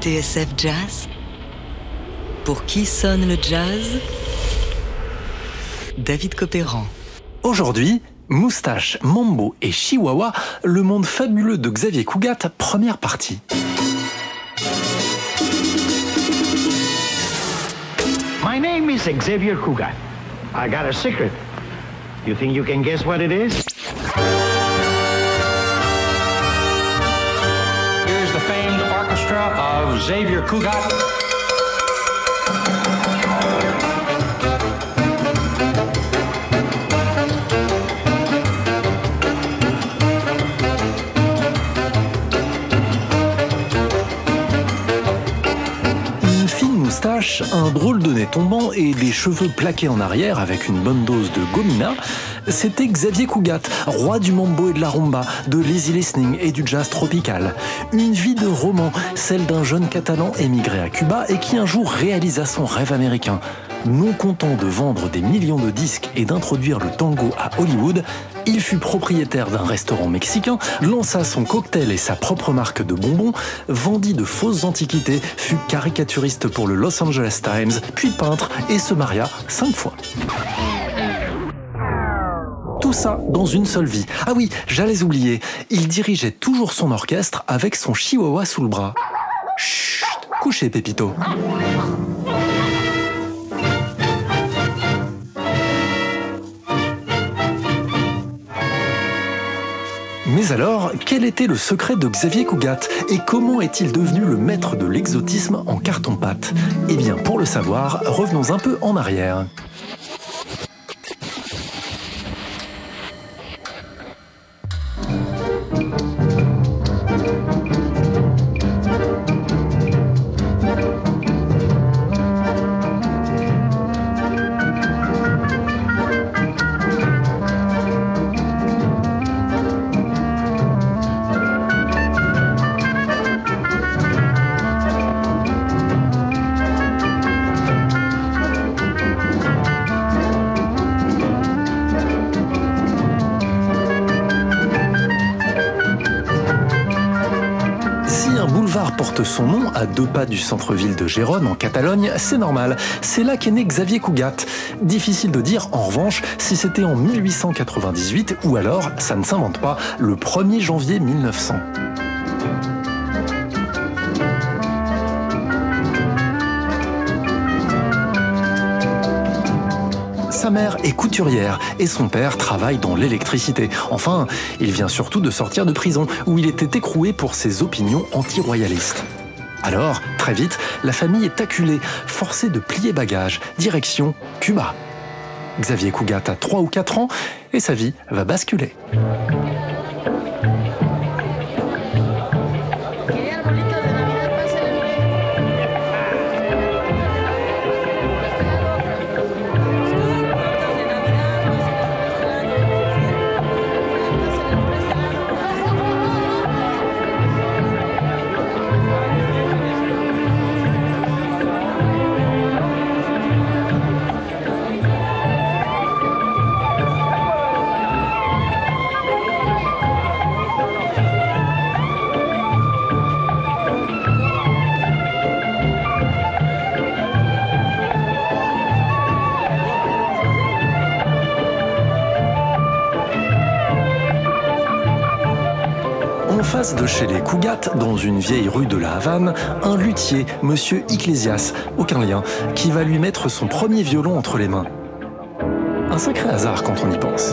TSF Jazz. Pour qui sonne le jazz? David Copéran. Aujourd'hui, Moustache, Mambo et Chihuahua, le monde fabuleux de Xavier Cugat, première partie. My name is Xavier Cugat. I got a secret. You think you can guess what it is? Here's the famed orchestra of Xavier Cugat. Un drôle de nez tombant et des cheveux plaqués en arrière avec une bonne dose de gomina, c'était Xavier Cugat, roi du mambo et de la rumba, de l'easy listening et du jazz tropical. Une vie de roman, celle d'un jeune catalan émigré à Cuba et qui un jour réalisa son rêve américain. Non content de vendre des millions de disques et d'introduire le tango à Hollywood, il fut propriétaire d'un restaurant mexicain, lança son cocktail et sa propre marque de bonbons, vendit de fausses antiquités, fut caricaturiste pour le Los Angeles Times, puis peintre et se maria 5 fois. Tout ça dans une seule vie. Ah oui, j'allais oublier, il dirigeait toujours son orchestre avec son chihuahua sous le bras. Chut, couchez Pépito. Mais alors, quel était le secret de Xavier Cugat et comment est-il devenu le maître de l'exotisme en carton-pâte? Eh bien, pour le savoir, revenons un peu en arrière. Porte son nom à 2 pas du centre-ville de Gérone, en Catalogne, c'est normal. C'est là qu'est né Xavier Cugat. Difficile de dire, en revanche, si c'était en 1898 ou alors, ça ne s'invente pas, le 1er janvier 1900. Sa mère est couturière et son père travaille dans l'électricité. Enfin, il vient surtout de sortir de prison où il était écroué pour ses opinions anti-royalistes. Alors, très vite, la famille est acculée, forcée de plier bagages, direction Cuba. Xavier Cugat a 3 ou 4 ans et sa vie va basculer. En face de chez les Cugat, dans une vieille rue de la Havane, un luthier, Monsieur Iglesias, aucun lien, qui va lui mettre son premier violon entre les mains. Un sacré hasard quand on y pense.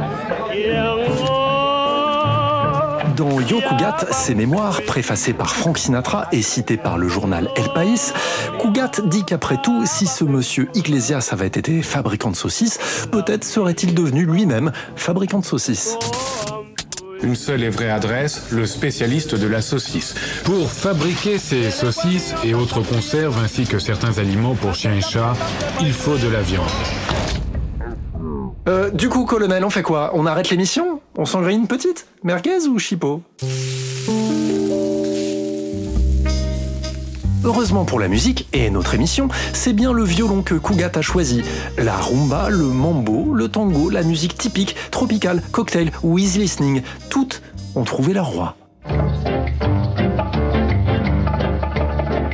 Dans Yo Cugat, ses mémoires, préfacées par Frank Sinatra et citées par le journal El País, Cugat dit qu'après tout, si ce monsieur Iglesias avait été fabricant de saucisses, peut-être serait-il devenu lui-même fabricant de saucisses. Une seule et vraie adresse, le spécialiste de la saucisse. Pour fabriquer ces saucisses et autres conserves ainsi que certains aliments pour chiens et chats, il faut de la viande. Du coup, colonel, on fait quoi? On arrête l'émission? On s'en grille une petite? Merguez ou chipot? Heureusement pour la musique et notre émission, c'est bien le violon que Cugat a choisi. La rumba, le mambo, le tango, la musique typique, tropicale, cocktail ou easy listening, toutes ont trouvé leur roi.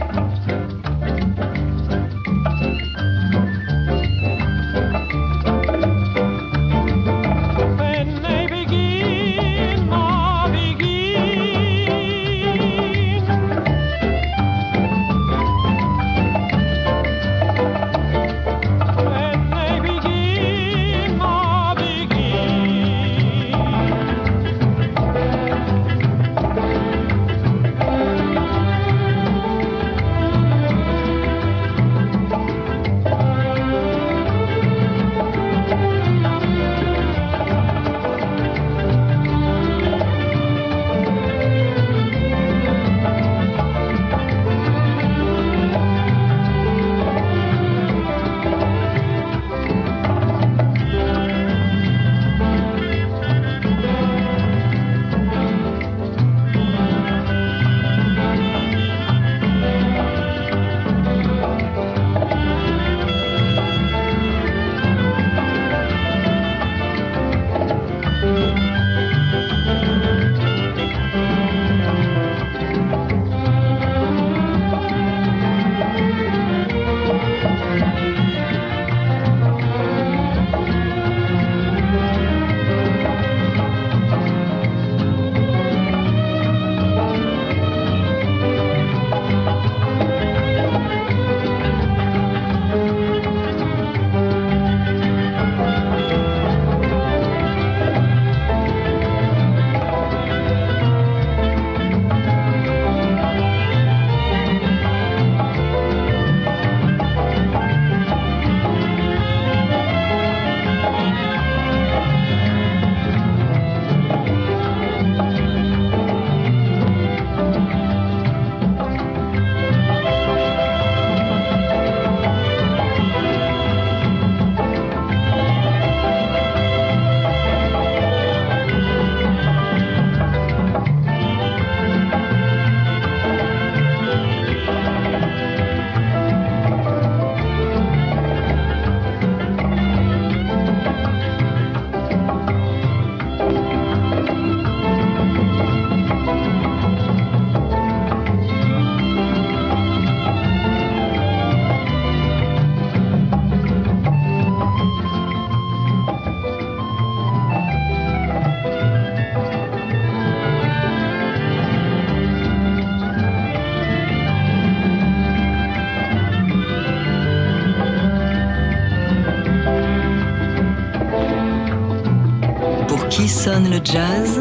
qui sonne le jazz?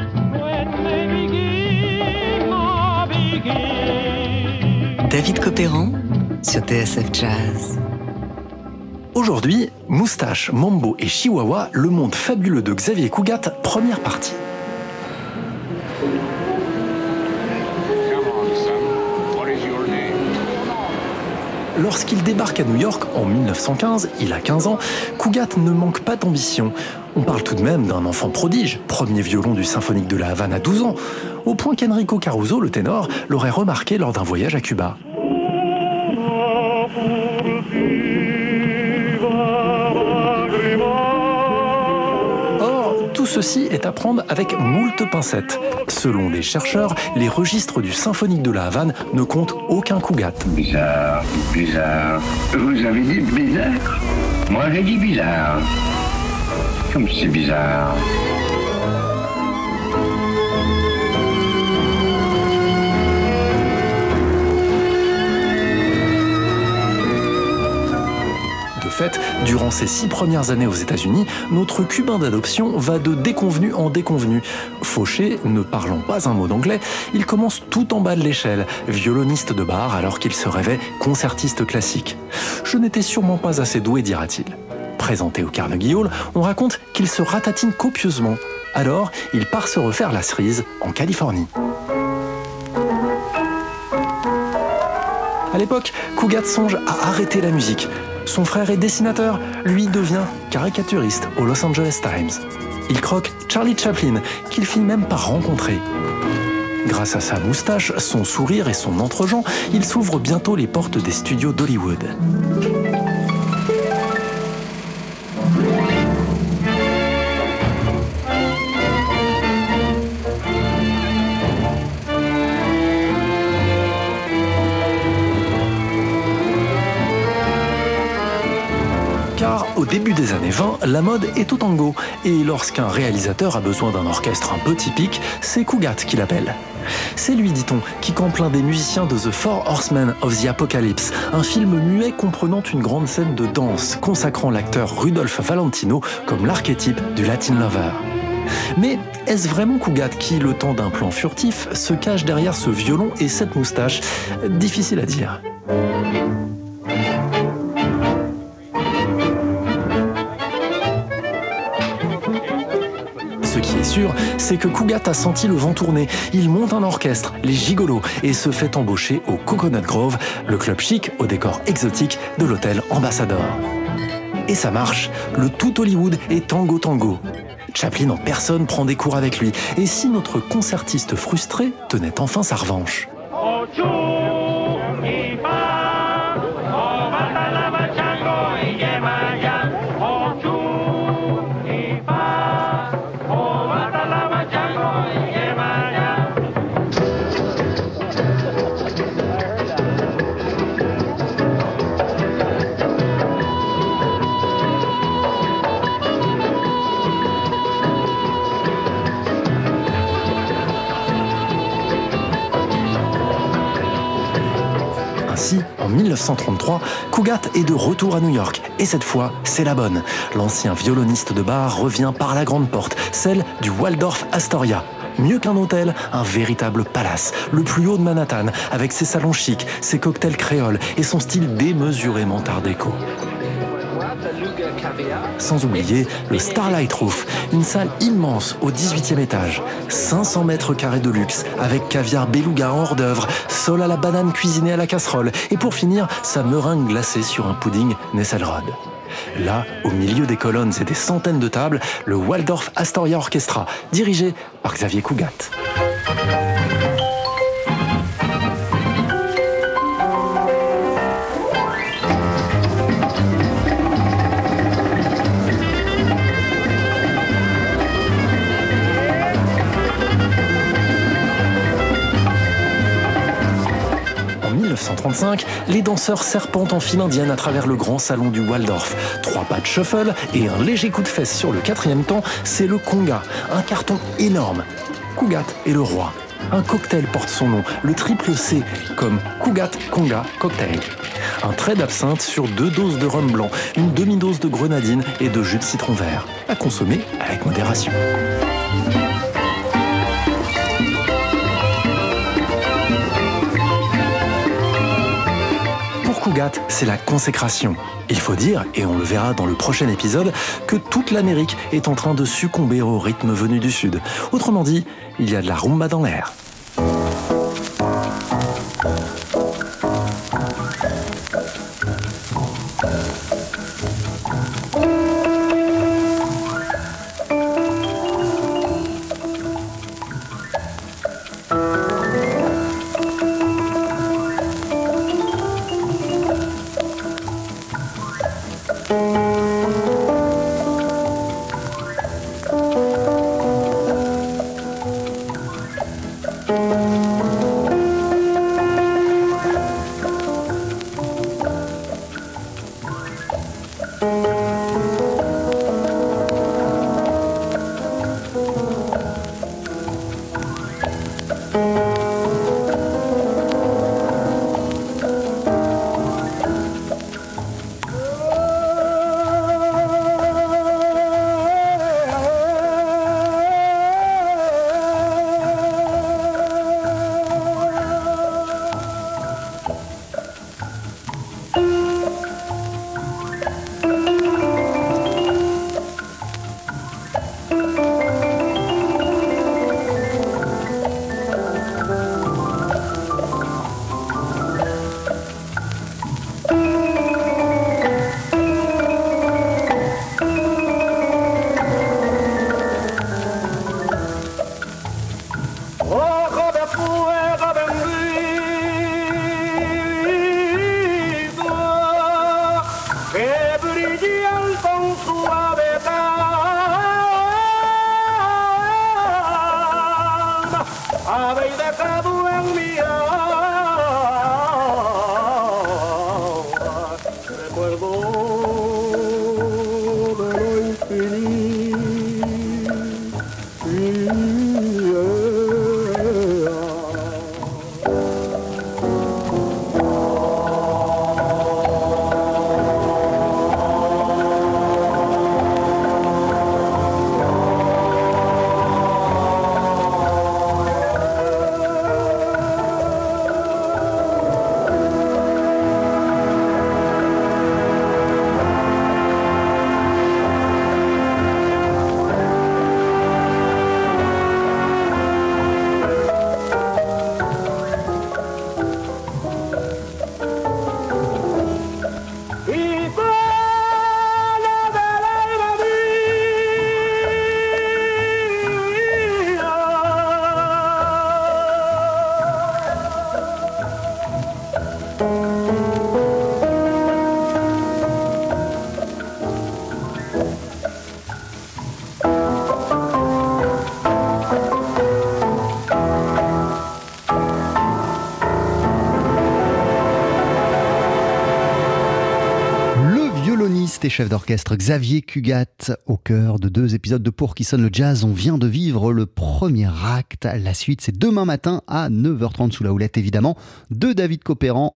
David Copéran sur TSF Jazz. Aujourd'hui, Moustache, Mambo et Chihuahua, le monde fabuleux de Xavier Cugat, première partie. Lorsqu'il débarque à New York en 1915, il a 15 ans, Cugat ne manque pas d'ambition. On parle tout de même d'un enfant prodige, premier violon du Symphonique de la Havane à 12 ans, au point qu'Enrico Caruso, le ténor, l'aurait remarqué lors d'un voyage à Cuba. Or, tout ceci est à prendre avec moult pincettes. Selon les chercheurs, les registres du Symphonique de la Havane ne comptent aucun Cugat. Bizarre, bizarre. Vous avez dit bizarre? Moi j'ai dit bizarre. Comme c'est bizarre. De fait, durant ses 6 premières années aux États-Unis, notre Cubain d'adoption va de déconvenu en déconvenu. Fauché, ne parlant pas un mot d'anglais, il commence tout en bas de l'échelle, violoniste de bar alors qu'il se rêvait concertiste classique. Je n'étais sûrement pas assez doué, dira-t-il. Présenté au Carnegie Hall, on raconte qu'il se ratatine copieusement. Alors, il part se refaire la cerise en Californie. À l'époque, Cugat songe à arrêter la musique. Son frère est dessinateur, lui devient caricaturiste au Los Angeles Times. Il croque Charlie Chaplin, qu'il finit même par rencontrer. Grâce à sa moustache, son sourire et son entre-gens, il s'ouvre bientôt les portes des studios d'Hollywood. Car au début des années 20, la mode est au tango. Et lorsqu'un réalisateur a besoin d'un orchestre un peu typique, c'est Cugat qui l'appelle. C'est lui, dit-on, qui campe l'un des musiciens de The Four Horsemen of the Apocalypse, un film muet comprenant une grande scène de danse, consacrant l'acteur Rudolph Valentino comme l'archétype du Latin lover. Mais est-ce vraiment Cugat qui, le temps d'un plan furtif, se cache derrière ce violon et cette moustache? Difficile à dire. Ce qui est sûr, c'est que Cugat a senti le vent tourner. Il monte un orchestre, les Gigolos, et se fait embaucher au Coconut Grove, le club chic au décor exotique de l'hôtel Ambassador. Et ça marche, le tout Hollywood est tango tango. Chaplin en personne prend des cours avec lui. Et si notre concertiste frustré tenait enfin sa revanche? Ainsi, en 1933, Cugat est de retour à New York. Et cette fois, c'est la bonne. L'ancien violoniste de bar revient par la grande porte, celle du Waldorf Astoria. Mieux qu'un hôtel, un véritable palace, le plus haut de Manhattan, avec ses salons chics, ses cocktails créoles et son style démesurément art déco. Sans oublier le Starlight Roof, une salle immense au 18e étage. 500 mètres carrés de luxe, avec caviar beluga en hors d'œuvre, sol à la banane cuisiné à la casserole, et pour finir, sa meringue glacée sur un pudding Nesselrode. Là, au milieu des colonnes et des centaines de tables, le Waldorf Astoria Orchestra, dirigé par Xavier Cugat. En 1935, les danseurs serpentent en file indienne à travers le grand salon du Waldorf. 3 pas de shuffle et un léger coup de fesse sur le 4e temps, c'est le conga, un carton énorme. Cugat est le roi. Un cocktail porte son nom, le triple C, comme Cugat Conga Cocktail. Un trait d'absinthe sur 2 doses de rhum blanc, une demi-dose de grenadine et de jus de citron vert. À consommer avec modération. Pour Cugat, c'est la consécration. Il faut dire, et on le verra dans le prochain épisode, que toute l'Amérique est en train de succomber au rythme venu du Sud. Autrement dit, il y a de la rumba dans l'air. Et chef d'orchestre Xavier Cugat au cœur de 2 épisodes de Pour qui sonne le jazz. On vient de vivre le premier acte. La suite, c'est demain matin à 9h30 sous la houlette évidemment de David Copéran.